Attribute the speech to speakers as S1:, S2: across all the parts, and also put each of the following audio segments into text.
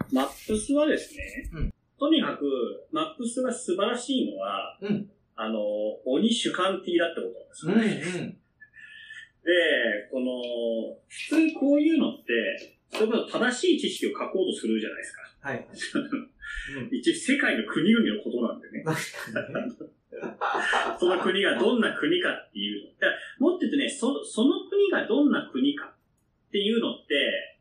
S1: マップスはですね、
S2: うん、
S1: とにかく、マップスが素晴らしいのは、
S2: うん、
S1: 鬼主観的だってことなんですよね。で、普通こういうのって、それこそ正しい知識を書こうとするじゃないですか。
S2: はい。
S1: 一応世界の国々のことなんでね。その国がどんな国かっていうの。だからもっと言うとね、その国がどんな国かっていうのって、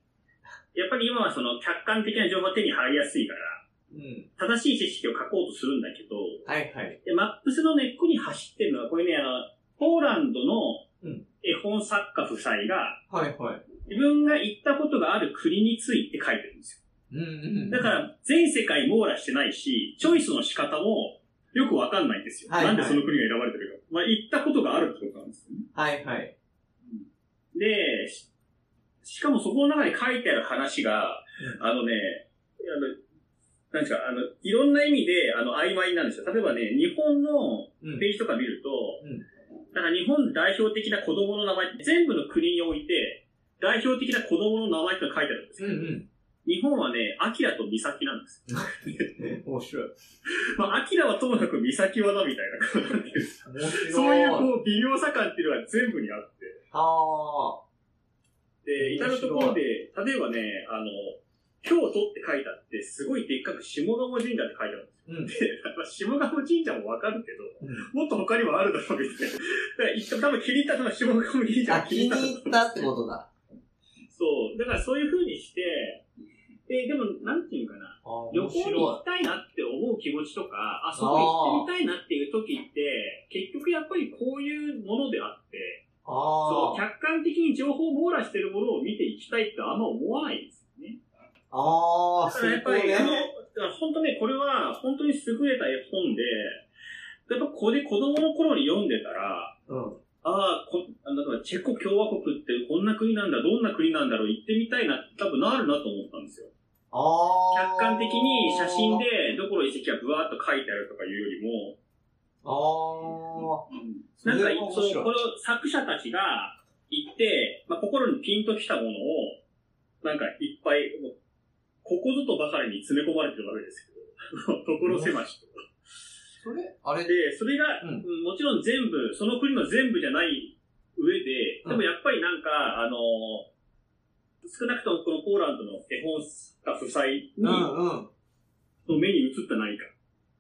S1: やっぱり今はその客観的な情報が手に入りやすいから、正しい知識を書こうとするんだけど、
S2: はいはい。
S1: でマップスの根っこに走ってるのは、これね、ポーランドの絵本作家夫妻が、
S2: はいはい。
S1: 自分が行ったことがある国について書いてるんですよ。だから、全世界網羅してないし、チョイスの仕方もよくわかんないんですよ。はいはい、なんでその国が選ばれてるか。まあ、行ったことがあるってことなんですよね。
S2: はいはい。
S1: で、しかもそこの中に書いてある話が、なんですか、いろんな意味で、曖昧なんですよ。例えばね、日本のページとか見ると、だから日本代表的な子供の名前、全部の国において、代表的な子供の名前って書いてあるんですよ。日本はね、アキラとミサキなんですよ。
S2: 面白い。
S1: まあ、アキラはともかくミサキはだみたいな感じなんですそういう微妙さ感っていうのが全部にあって。で、至るところで、例えばね、京都って書いてあって、すごいでっかく下鴨神社って書いてあるんですよ。で、下鴨神社もわかるけど、もっと他にもあるだろうみたいな。多分気に入ったのは下鴨神社。
S2: 気に入ったってことだ。
S1: そう。だからそういう風にして、でも、なんていうかな。旅行に行きたいなって思う気持ちとか、あそこ行ってみたいなっていう時って、結局やっぱりこういうものであって、そう、客観的に情報を網羅しているものを見ていきたいってあんま思わないんですよね。だからやっぱり、本当ね、これは本当に優れた絵本で、やっぱこれ子供の頃に読んでたら、チェコ共和国ってこんな国なんだ、どんな国なんだろう、行ってみたいなって多分なるなと思ったんですよ。客観的に写真でどこの遺跡がブワーっと書いてあるとかいうよりも、なんか、この作者たちが行って、まあ、心にピンときたものを、なんかいっぱい、ここぞとばかりに詰め込まれてるわけですけど、所狭しと。で、それが、もちろん全部、その国の全部じゃない上で、でもやっぱりなんか、少なくともこのポーランドの絵本家夫妻に、目に映った何か。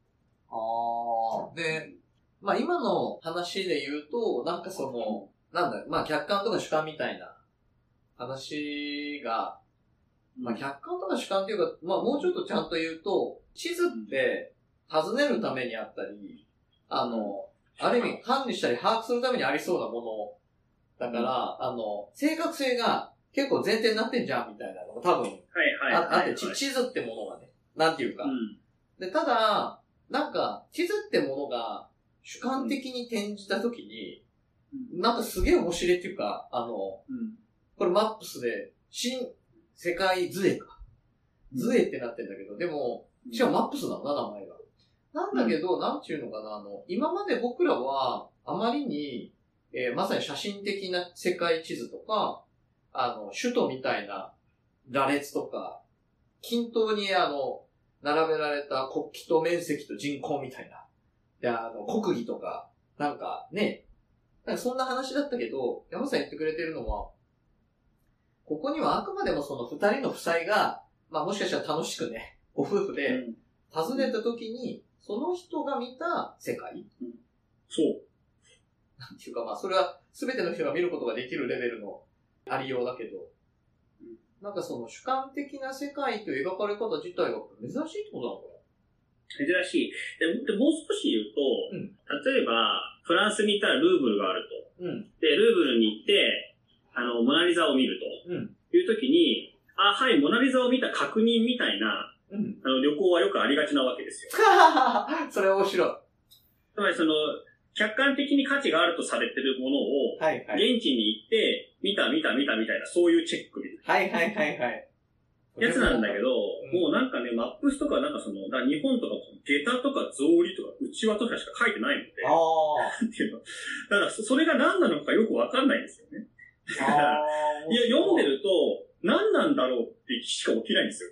S2: で、まあ今の話で言うと、なんかまあ客観とか主観みたいな話が、まあ客観とか主観っていうか、まあもうちょっとちゃんと言うと、地図って尋ねるためにあったり、ある意味管理したり把握するためにありそうなものだから、正確性が結構前提になってんじゃんみたいなのが多分、あって、地図ってものがね、なんていうか。で、ただ、なんか、地図ってものが主観的に転じたときに、なんかすげえ面白いっていうか、これマップスで、新世界図絵か。図絵ってなってんだけど、でも、しかもマップスなんだ、名前が。なんだけど、なんちゅうのかな、今まで僕らは、あまりに、まさに写真的な世界地図とか、首都みたいな羅列とか、均等に並べられた国旗と面積と人口みたいな。で、国技とか、なんかね、なんかそんな話だったけど、山さん言ってくれてるのは、ここにはあくまでもその二人の夫妻が、まあもしかしたら楽しくね、ご夫婦で訪ねた時に、その人が見た世界、
S1: そう。
S2: なんていうかまあそれは全ての人が見ることができるレベルのありようだけど、なんかその主観的な世界という描かれ方自体が珍しいってことなのかな？
S1: 珍しい。でもう少し言うと、例えば、フランスに行ったらルーブルがあると。で、ルーブルに行って、モナリザを見ると。いうときに、はい、モナリザを見た確認みたいな、旅行はよくありがちなわけですよ。
S2: それ面白い。
S1: つまり客観的に価値があるとされてるものを、現地に行って、見たみたいな、そういうチェックみたいな。やつなんだけど、もうなんかね、マップスとかなんかだから日本とか下駄とか草履とか内輪とかしか書いてないので、なんていうの。だからそれが何なのかよくわかんないんですよね。いや、読んでると、何なんだろうってしか起きないんですよ、こ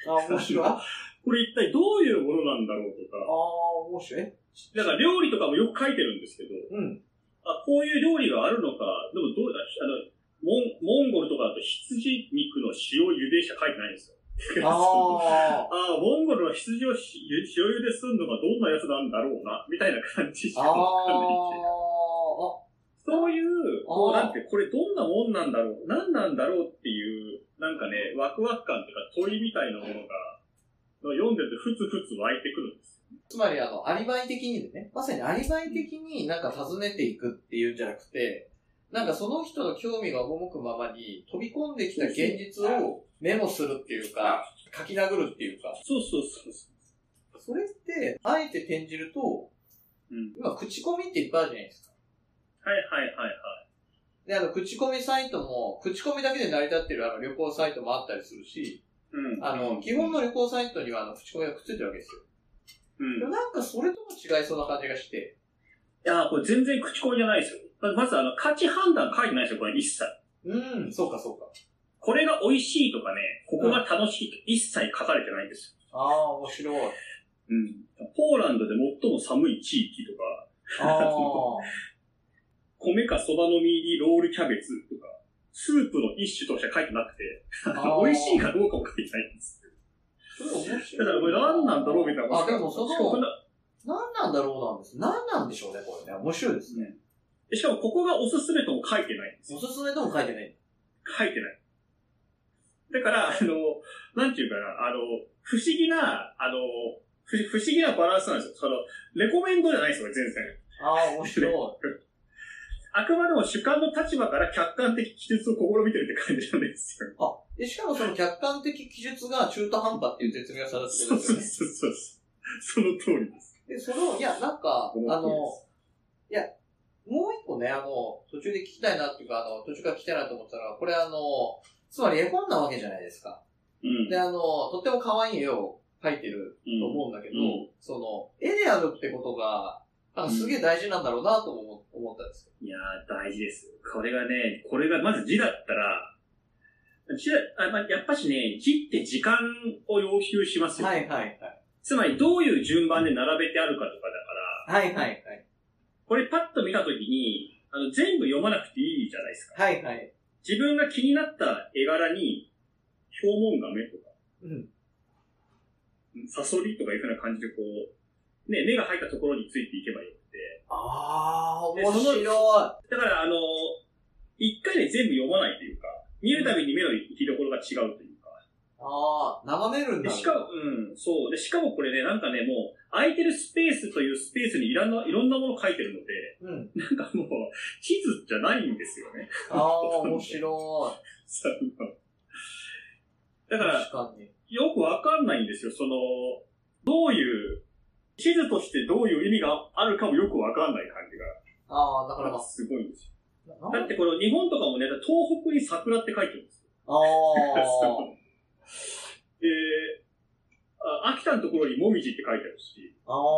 S2: 面白い。
S1: これ一体どういうものなんだろうとか。
S2: 面白い。
S1: だから料理とかもよく書いてるんですけど、こういう料理があるのか、でもどうだ、モンゴルとかだと羊肉の塩茹でしか書いてないんですよ。モンゴルの羊を塩茹でするのがどんなやつなんだろうな、みたいな感じしかわかんないっていう。そういう、なんて、これどんなもんなんだろう、何なんだろうっていう、なんかね、ワクワク感というか問いみたいなものが、読んでるとふつふつ湧いてくるんです。
S2: つまりアリバイ的にね、まさにアリバイ的になんか尋ねていくっていうんじゃなくて、なんかその人の興味が赴くままに飛び込んできた現実をメモするっていうか、書き殴るっていうか。
S1: そう。
S2: それって、あえて転じると、今、口コミっていっぱいあるじゃないですか。で、口コミサイトも、口コミだけで成り立ってる旅行サイトもあったりするし、基本の旅行サイトには口コミがくっついてるわけですよ。でもなんかそれとも違いそうな感じがして。
S1: いや、これ全然口コミじゃないですよ。まず価値判断書いてないですよ、これ一切。
S2: そうか。
S1: これが美味しいとかね、ここが楽しいと一切書かれてないんですよ。
S2: 面白い。
S1: ポーランドで最も寒い地域とか、米かそばの実入りロールキャベツとか、スープの一種としか書いてなくて、美味しいかどうかも書いてないんですよ。
S2: それ面白い。
S1: だからこれ何なんだろうみたいな。
S2: でも何なんだろうなんです。何なんでしょうね、これね。面白いですね。
S1: しかもここがおすすめとも書いてないんですよ。
S2: おすすめとも書いてない？
S1: 書いてない。だから、なんていうかな、不思議なバランスなんですよ。レコメンドじゃないですよ、全然。
S2: 面白い。
S1: あくまでも主観の立場から客観的記述を試みてるって感じなんですよ。
S2: しかもその客観的記述が中途半端っていう説明がされてるんですよね。
S1: そう。その通りです。
S2: で、なんか、もう一個ね、途中で聞きたいなっていうか、途中から聞きたいなと思ったら、これつまり絵本なわけじゃないですか。で、とっても可愛い絵を描いてると思うんだけど、その、絵であるってことが、すげえ大事なんだろうなと思ったんですよ。
S1: いやー、大事です。これがまず字だったら、やっぱしね、字って時間を要求しますよ。つまりどういう順番で並べてあるかとかだから、これパッと見たときに、全部読まなくていいじゃないですか。自分が気になった絵柄に、表門が目とか、サソリとかいうふうな感じで目が入ったところについていけばよくて。
S2: 面白い。
S1: だから、一回で全部読まないというか、見るたびに目の行きどころが違うというか。
S2: 眺めるんだ。
S1: しかも、そう。で、しかもこれね、なんかね、もう、空いてるスペースというスペースにいろんなもの書いてるので、なんかもう、地図じゃないんですよね。
S2: 面白い。
S1: だから、よくわかんないんですよ。どういう、地図としてどういう意味があるかもよくわかんない感じが。
S2: だから
S1: すごいんですよ。だってこの日本とかもね、東北に桜って書いてるんですよ。秋田のところにもみじって書いてあるし。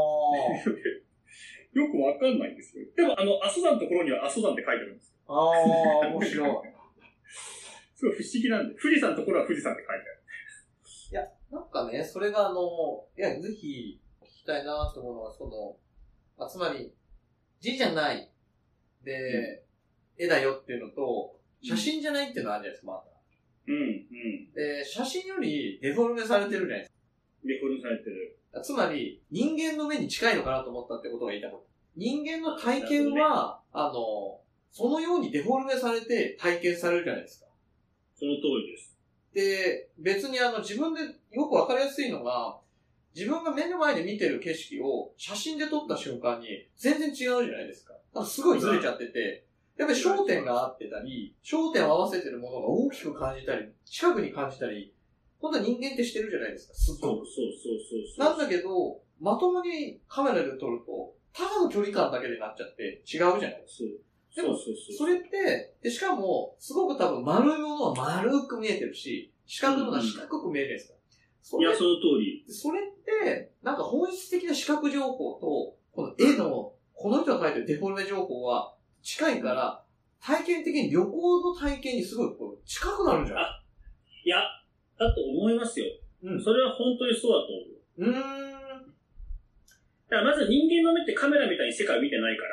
S1: よくわかんないんですよ。でも阿蘇山のところには阿蘇山って書いてあるんですよ。
S2: 面白い。
S1: すごい不思議なんで、富士山のところは富士山って書いてある。
S2: いや、なんかね、それがぜひ聞きたいなと思うのは、つまり、字じゃない。で、絵だよっていうのと、写真じゃないっていうのはあるじゃないですか、また。で、写真よりデフォルメされてるじゃないですか。
S1: デフォルメされてる。
S2: つまり、人間の目に近いのかなと思ったってことが言いたかった。人間の体験は、そのようにデフォルメされて体験されるじゃないですか。
S1: その通りです。
S2: で、別に自分でよくわかりやすいのが、自分が目の前で見てる景色を写真で撮った瞬間に全然違うじゃないですか。すごいずれちゃってて、やっぱり焦点が合ってたり、焦点を合わせてるものが大きく感じたり、近くに感じたり、本当は人間ってしてるじゃないですか、すっごく。そう。なんだけど、まともにカメラで撮ると、ただの距離感だけでなっちゃって違うじゃないですか。でも、それって、しかも、すごく多分丸いものは丸く見えてるし、四角いものは四角く見えるんですか。
S1: いや、その通り。
S2: それって、なんか本質的な視覚情報と、この絵の、この人が描いてるデフォルメ情報は近いから、体験的に旅行の体験にすごい近くなるんじゃない？
S1: いや、だと思いますよ。 それは本当にそうだと思う。だからまず人間の目ってカメラみたいに世界を見てないから、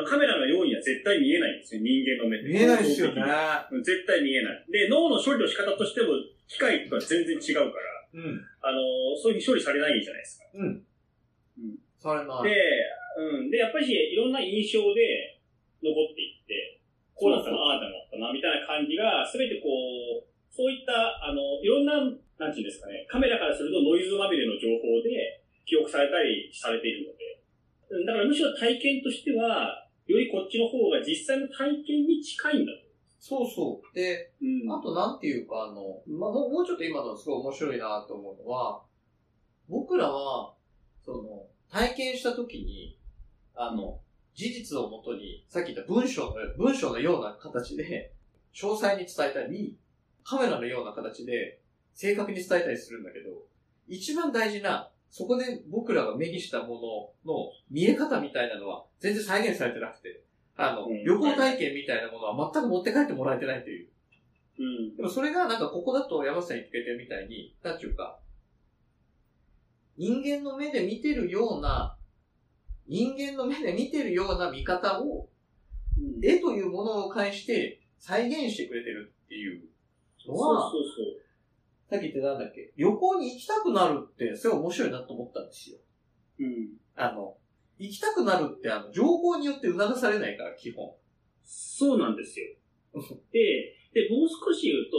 S1: カメラのようには絶対見えないんですよ、人間の目って。
S2: 見えないですよね。
S1: 絶対見えない。で、脳の処理の仕方としても、機械とは全然違うから、そういうふうに処理されないじゃないですか。
S2: されない。
S1: で、やっぱりいろんな印象で残っていって、こうだったな、ああだったな、みたいな感じが、すべてそういった、いろんな、なんていうんですかね、カメラからするとノイズまみれの情報で記憶されたりされているので、だからむしろ体験としては、よりこっちの方が実際の体験に近いんだと。
S2: そうそう。で、あとなんていうか、もうちょっと今のすごい面白いなと思うのは、僕らは、体験したときに、事実をもとに、さっき言った文章のような形で、詳細に伝えたり、カメラのような形で、正確に伝えたりするんだけど、一番大事な、そこで僕らが目にしたものの見え方みたいなのは、全然再現されてなくて、旅行体験みたいなものは全く持って帰ってもらえてないという。でもそれがなんかここだと山下さん言ってくれてるみたいに、なんていうか、人間の目で見てるような見方を、絵というものを介して再現してくれてるっていうのは、さっき言ってなんだっけ、旅行に行きたくなるってすごい面白いなと思ったんですよ。行きたくなるって情報によって促されないから、基本。
S1: そうなんですよ。で、もう少し言うと、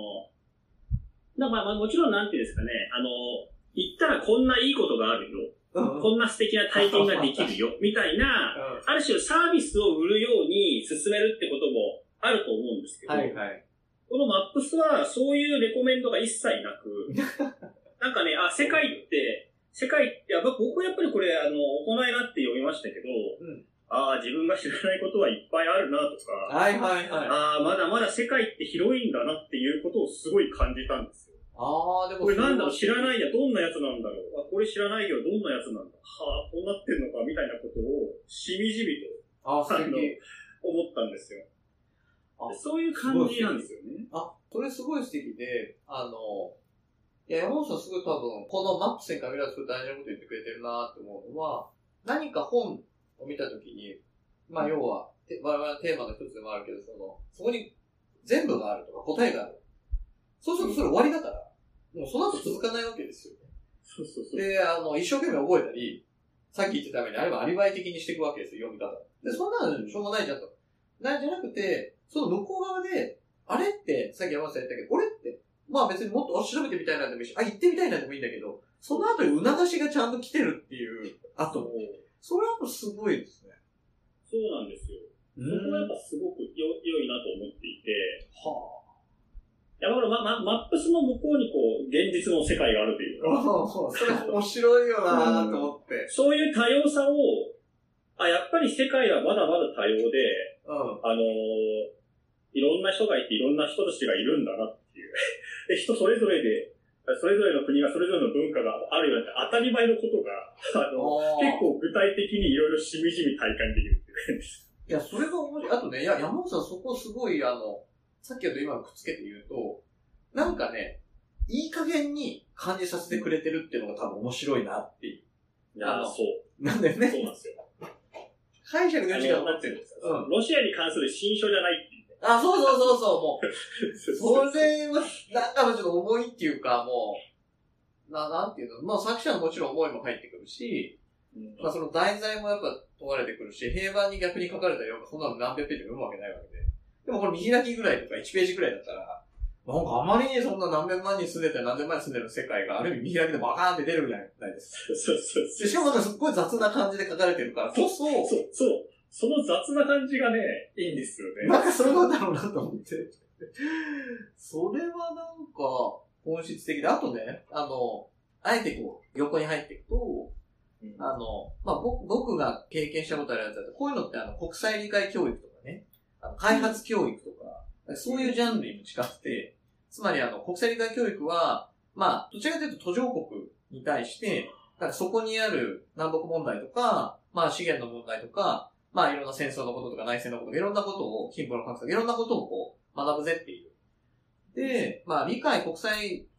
S1: もちろんなんていうんですかね、行ったらこんないいことがあるよ。こんな素敵な体験ができるよ。みたいな、ある種サービスを売るように進めるってこともあると思うんですけど、このマップスはそういうレコメンドが一切なく、なんかね、世界って、僕はやっぱりこれ、大人になって読みましたけど、自分が知らないことはいっぱいあるなとか、まだまだ世界って広いんだなっていうことをすごい感じたんですよ。
S2: でも
S1: これなんだろう、知らないや、どんなやつなんだろう。これ知らないよ、どんなやつなんだ。こうなってんのか、みたいなことを、しみじみと、思ったんですよ。そういう感じなんですよね。
S2: それすごい素敵で、山本さんすごい多分、このマップスに限らず大事なこと言ってくれてるなって思うのは、何か本を見たときに、要は、我々のテーマの一つでもあるけど、そこに全部があるとか答えがある。そうするとそれ終わりだから、もうその後続かないわけですよね。で、一生懸命覚えたり、さっき言ってたみたいにあればアリバイ的にしていくわけですよ、読み方。で、そんなのしょうもないじゃんと。じゃなくて、その向こう側で、あれって、さっき山下さん言ったけど、俺って、別にもっと調べてみたいなんでもいいし、行ってみたいなんでもいいんだけど、その後に促しがちゃんと来てるっていう後、それはすごいですね。
S1: そうなんですよ。そこはやっぱすごく良いなと思っていて、だからマップスの向こうに現実の世界があるというか。
S2: それ面白いよなと思って。
S1: そういう多様さを、やっぱり世界はまだまだ多様で、いろんな人がいていろんな人たちがいるんだなっていう。で、人それぞれで、それぞれの国がそれぞれの文化があるような当たり前のことが、結構具体的にいろいろしみじみ体感できるっていう感じです。
S2: いや、それが面白い。あとね、山本さんそこすごいさっきと今のくっつけて言うと、なんかね、いい加減に感じさせてくれてるっていうのが多分面白いなっていう。
S1: そう。
S2: なんだよね。
S1: そうなんですよ。
S2: 解釈の余地が
S1: なってるんですか、ロシアに関する新書じゃないっていう。
S2: そう、もう。それは、なんかちょっと重いっていうか、もう、なんていうの、作者のもちろん思いも入ってくるし、その題材もやっぱ問われてくるし、平板に逆に書かれたような、そんなの何百ページも読むわけないわけで。でもこれ見開きぐらいとか1ページぐらいだったら、なんかあまりにそんな何百万人住んでて何千万人住んでる世界がある意味見開きでバカーンって出るじゃないですか。
S1: そう。
S2: しかもなんかすっごい雑な感じで書かれてるからこそ、
S1: その雑な感じがね、いいんですよね。
S2: なんかそうなんだろうなと思って。それはなんか本質的で、あとね、あえて横に入っていくと、僕が経験したことあるやつだと、こういうのって国際理解教育とかね、開発教育とか、そういうジャンルにも近くて、つまり国際理解教育は、どちらかというと途上国に対して、そこにある南北問題とか、資源の問題とか、いろんな戦争のこととか内戦のこととか、いろんなことを、貧富の格差とか、いろんなことを学ぶぜっていう。で、国際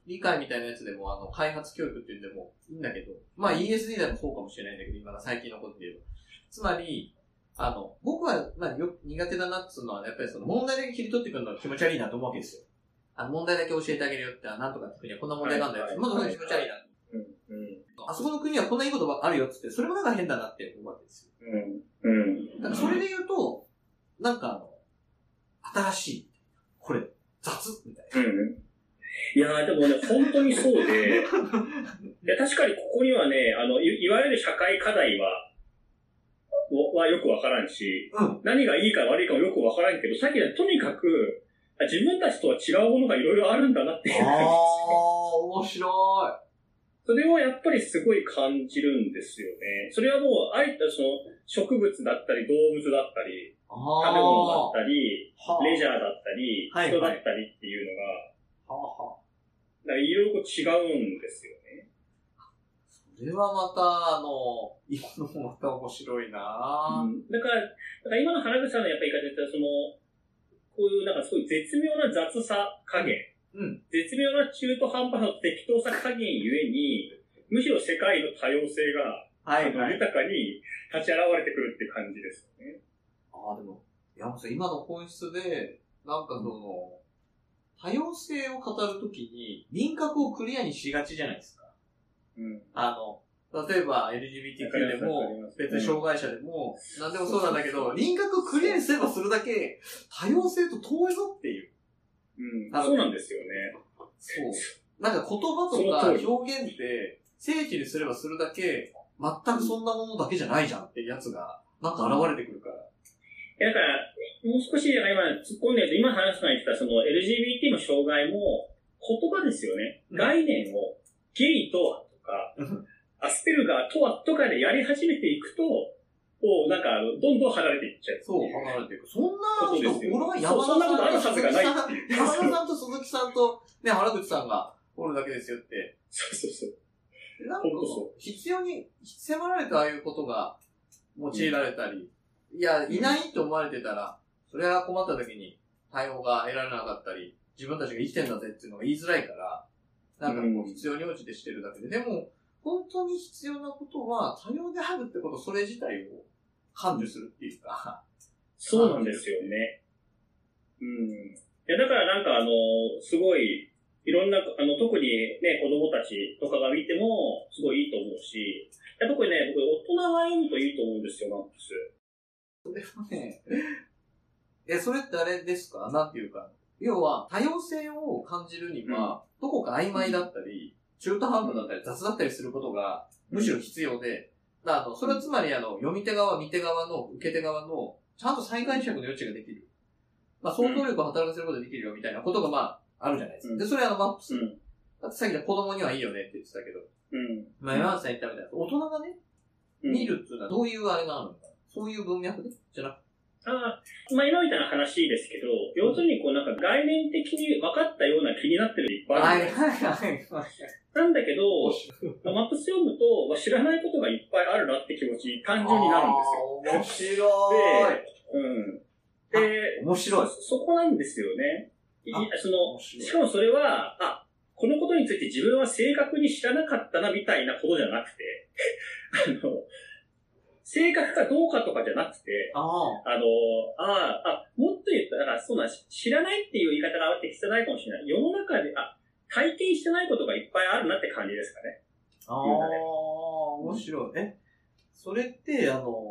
S2: 理解みたいなやつでも、開発教育っていうんでもいいんだけど、まあ ESD でもそうかもしれないんだけど、今の最近のことで言えば。つまり、僕は、苦手だなっていうのは、やっぱりその問題だけ切り取ってくるのが気持ち悪いなと思うわけですよ。問題だけ教えてあげるよって、なんとかって国はこんな問題があるんだよって、まだ気持ち悪いな。あそこの国はこんないいことがあるよってって、それもなんか変だなって思うわけですよ。だからそれで言うと、なんか新しい。これ、雑みたいな。
S1: いやでもね、本当にそうで、いや確かにここにはね、いわゆる社会課題はよくわからんし、何がいいか悪いかもよくわからんけど、さっきのとにかく、自分たちとは違うものがいろいろあるんだなっていう感じですよ。
S2: 面白い。
S1: それをやっぱりすごい感じるんですよね。それはもう、あえてその植物だったり動物だったり、食べ物だったり、レジャーだったり、人だったりっていうのが、だからいろいろ違うんですよね。
S2: それはまた、今のもまた面白いな
S1: ぁ、だから今の原口さんのやっぱり言い方で言ったら、こういうなんかすごい絶妙な雑さ加減、絶妙な中途半端な適当さ加減ゆえに、むしろ世界の多様性が、豊かに立ち現れてくるって感じですよね。
S2: でも、山本さん、今の本質で、なんか多様性を語るときに、輪郭をクリアにしがちじゃないですか。例えば LGBTQ でも、別に障害者でも、なんでもそうなんだけど、輪郭をクリアにすればするだけ、多様性と遠いぞっていう。
S1: そうなんですよね。
S2: そう。なんか言葉とか表現って、正規にすればするだけ、全くそんなものだけじゃないじゃんってやつが、なんか現れてくるから。
S1: だから、もう少し今突っ込んでると、今話すのに言ってたその LGBT の障害も言葉ですよね。概念をゲイとはとか、アスペルガーとはとかでやり始めていくと、なんか、どんどん離れていっちゃう。
S2: そう、離れていく。そんな人、俺は山田さんと鈴木さん、山田さんと鈴木さんと、ね、原口さんがおるだけですよって。
S1: そう。
S2: なんか、必要に、迫られてああいうことが用いられたり、いや、いないと思われてたら、それは困った時に対応が得られなかったり、自分たちが生きてんだぜっていうのが言いづらいから、なんかこう必要に応じてしてるだけで。でも、本当に必要なことは、多様であるってこと、それ自体を感受するっていうか。
S1: そうなんですよね。いや、だからなんかすごい、いろんな、特にね、子供たちとかが見ても、すごいいいと思うし、やっぱこれね、僕、大人が読むといいと思うんですよ、マックス。
S2: それはね、それってあれですか？なんていうか、要は、多様性を感じるには、どこか曖昧だったり、中途半端だったり、雑だったりすることが、むしろ必要で、それはつまり読み手側、見手側の、受け手側の、ちゃんと再解釈の余地ができる。想像力を働かせることができるよ、みたいなことがあるじゃないですか。で、それマップス。だってさっきで子供にはいいよねって言ってたけど、山内さん言ったみたいな、大人がね、見るっていうのはどういうあれがあるのか。そういう文脈でじゃなくて。
S1: 今みたいな話ですけど、要するになんか概念的に分かったような気になってるいっぱいある。なんだけど、マップス読むと、知らないことがいっぱいあるなって気持ちに単純になるんですよ。
S2: 面白い。面白い。
S1: そこなんですよね。しかもそれは、このことについて自分は正確に知らなかったなみたいなことじゃなくて、正確かどうかとかじゃなくて、もっと言ったら、知らないっていう言い方が適切ないかもしれない。世の中で、体験してないことがいっぱいあるなって感じですかね。
S2: 面白い。それって、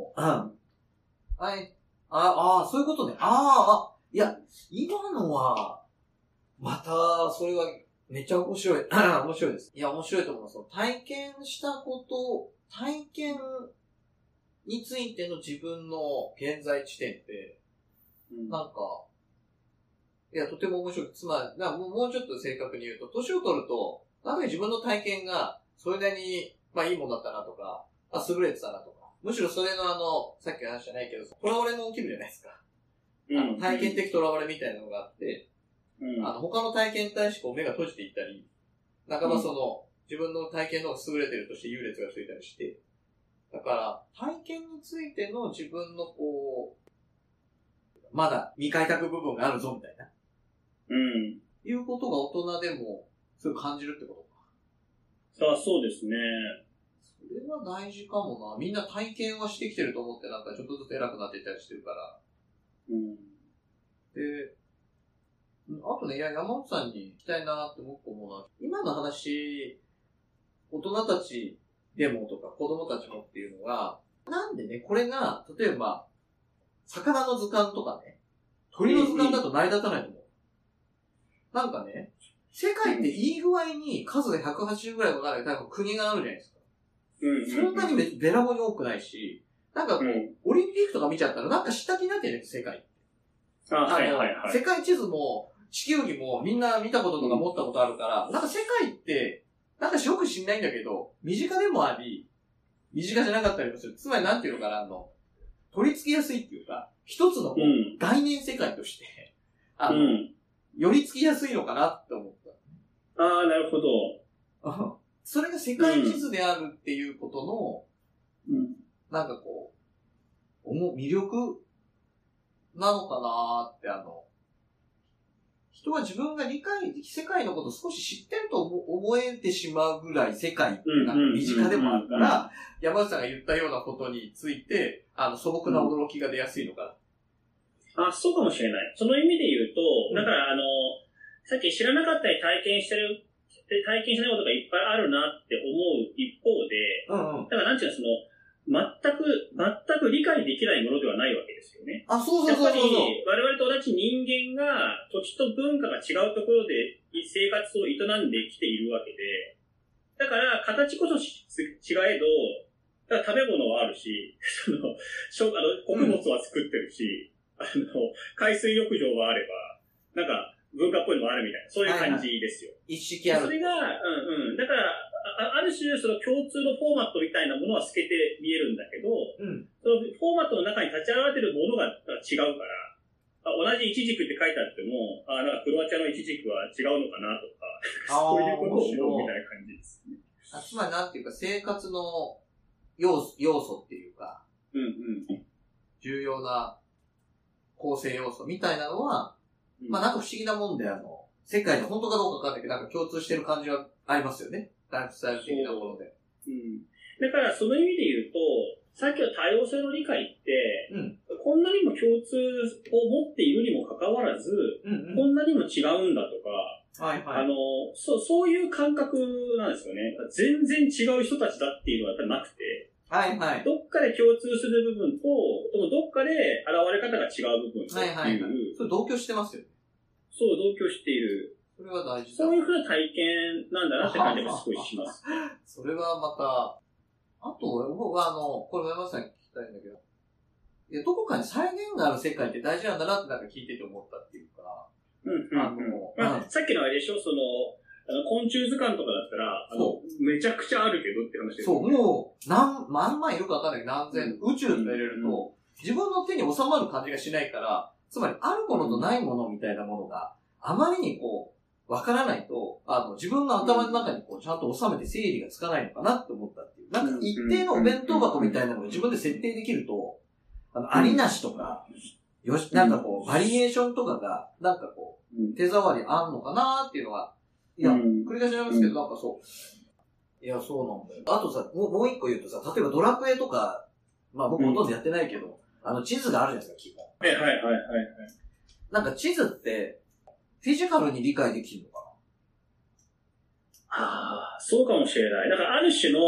S2: そういうことね。いや、今のは、また、それは、めっちゃ面白い。面白いです。いや、面白いと思います。体験したこと、体験についての自分の現在地点って、なんか、いや、とても面白い。つまり、もうちょっと正確に言うと、年を取ると、なんか自分の体験が、それなりに、いいもんだったなとか、優れてたなとか、むしろそれのさっきの話じゃないけど、囚われも起きるじゃないですか。体験的囚われみたいなのがあって、他の体験に対して目が閉じていったり、半ば自分の体験の方が優れてるとして優劣がついたりして、だから、体験についての自分のまだ未開拓部分があるぞみたいな。いうことが大人でもそういう感じるってことか。
S1: そうですね。
S2: それは大事かもな。みんな体験はしてきてると思って、なんかちょっとずつ偉くなっていったりしてるから。で、あとね、山本さんに聞きたいなって僕思うのは、今の話、大人たちでもとか子供たちもっていうのが、なんでね、これが、例えば、魚の図鑑とかね、鳥の図鑑だと成り立たないと思う。なんかね、世界っていい具合に数が180ぐらいの多分国があるじゃないですか。そんなにべらぼうに多くないし、なんかこう、オリンピックとか見ちゃったらなんか下気になってるんです、世界って。世界地図も地球儀もみんな見たこととか持ったことあるから、なんか世界って、なんかよく知んないんだけど、身近でもあり、身近じゃなかったりもする。つまりなんていうのかな、取り付けやすいっていうか、一つの概念世界として、寄り付きやすいのかなって思った。
S1: なるほど。
S2: それが世界地図であるっていうことの、なんかこう、魅力なのかなーって人は自分が理解でき、世界のことを少し知ってると思えてしまうぐらい世界ってなんか身近でもあるから、山内さんが言ったようなことについて、素朴な驚きが出やすいのか
S1: な。そうかもしれない。その意味で言うと、だからさっき知らなかったり体験しないことがいっぱいあるなって思う一方で、だからなんていうの、全く理解できないものではないわけですよね。
S2: そう。
S1: やっぱり、我々と同じ人間が土地と文化が違うところで生活を営んできているわけで、だから形こそ違えど、だから食べ物はあるし、穀物は作ってるし、海水浴場はあれば、なんか文化っぽいのもあるみたいな、そういう感じですよ。
S2: 一式ある。
S1: それが、だから、ある種、その共通のフォーマットみたいなものは透けて見えるんだけど、そのフォーマットの中に立ち現れてるものが違うから、同じイチジクって書いてあっても、なんかクロアチアのイチジクは違うのかなとか、そういうことを思うみたいな感じですね。
S2: つまりなんていうか、生活の要素っていうか、重要な構成要素みたいなのは、なんか不思議なもんで、世界で本当かどうかわかんないけど、なんか共通してる感じはありますよね。ライフスタイル的なもので。
S1: だからその意味で言うと、さっきの多様性の理解って、こんなにも共通を持っているにもかかわらず、こんなにも違うんだとか、そういう感覚なんですよね。全然違う人たちだっていうのはやっぱりなくて、どっかで共通する部分と、どっかで現れ方が違う部分っていう。
S2: それ同居してますよね。
S1: そう、同居している。
S2: それは大事だ。
S1: そういうふうな体験なんだなって感じがすごいします。
S2: それはまた、あと、僕はこれ山田さんに聞きたいんだけど、いや、どこかに再現がある世界って大事なんだなってなんか聞いてて思ったっていうか、
S1: さっきのあれでしょ、昆虫図鑑とかだったら、めちゃくちゃあるけどって話ですよね。
S2: もう、何万いるかわかんないけど、何千、宇宙って入れると、自分の手に収まる感じがしないから、つまり、あるものとないものみたいなものが、あまりにわからないと、自分の頭の中にちゃんと収めて整理がつかないのかなって思ったっていう。なんか一定のお弁当箱みたいなのを自分で設定できると、ありなしとか、なんかバリエーションとかが、なんか手触りあんのかなっていうのは、いや、繰り返しになりますけど、なんかそう。いや、そうなんだよ。あとさ、もう一個言うとさ、例えばドラクエとか、僕ほとんどやってないけど、地図があるじゃないですか、基本。なんか地図って、フィジカルに理解できるのか
S1: な？そうかもしれない。だからある種の、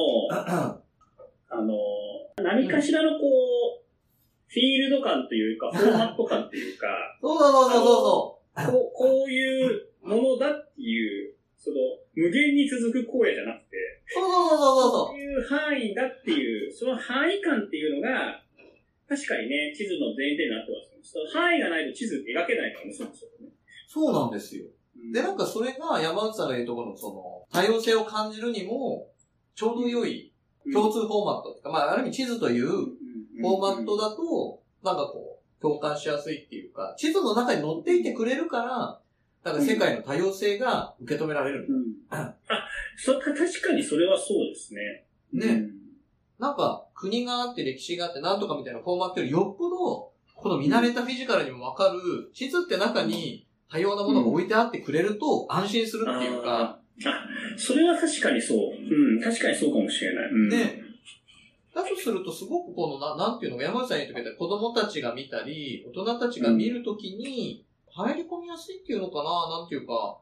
S1: 何かしらのフィールド感というか、フォーマット感というか、こういうものだっていう、無限に続く荒野じゃなくて、そういう範囲だっていう、その範囲感っていうのが、確かにね、地図の前提になってます。範囲がないと地図描けないからね、
S2: そうなんですよ。で、なんかそれが山内さんが言うところの多様性を感じるにも、ちょうど良い共通フォーマットとか、ある意味地図というフォーマットだと、なんか共感しやすいっていうか、地図の中に載っていてくれるから、なんか世界の多様性が受け止められる。
S1: 確かにそれはそうですね。
S2: ね。なんか、国があって歴史があってなんとかみたいなフォーマットよりよっぽど、この見慣れたフィジカルにもわかる、地図って中に多様なものが置いてあってくれると安心するっていうか、
S1: それは確かにそう。うん、確かにそうかもしれない。うん、
S2: で、だとするとすごくこの、なんていうのか、山内さんに言ってくれた子供たちが見たり、大人たちが見るときに、入り込みやすいっていうのかな、なんていうか、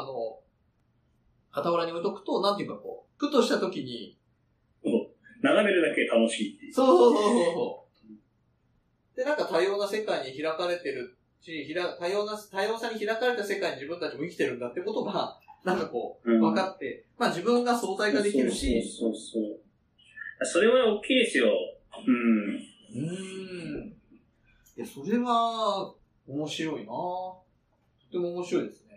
S2: 傍らに置いとくと、なんていうかこう、ふとしたときに、
S1: 眺めるだけ楽しいっていう。
S2: そう。で、なんか多様な世界に開かれてるし、多様さに開かれた世界に自分たちも生きてるんだってことが、なんかこう、分かって、まあ自分が相対化できるし、
S1: そう。それは大きいですよ。
S2: いや、それは、面白いなぁ。とても面白いですね。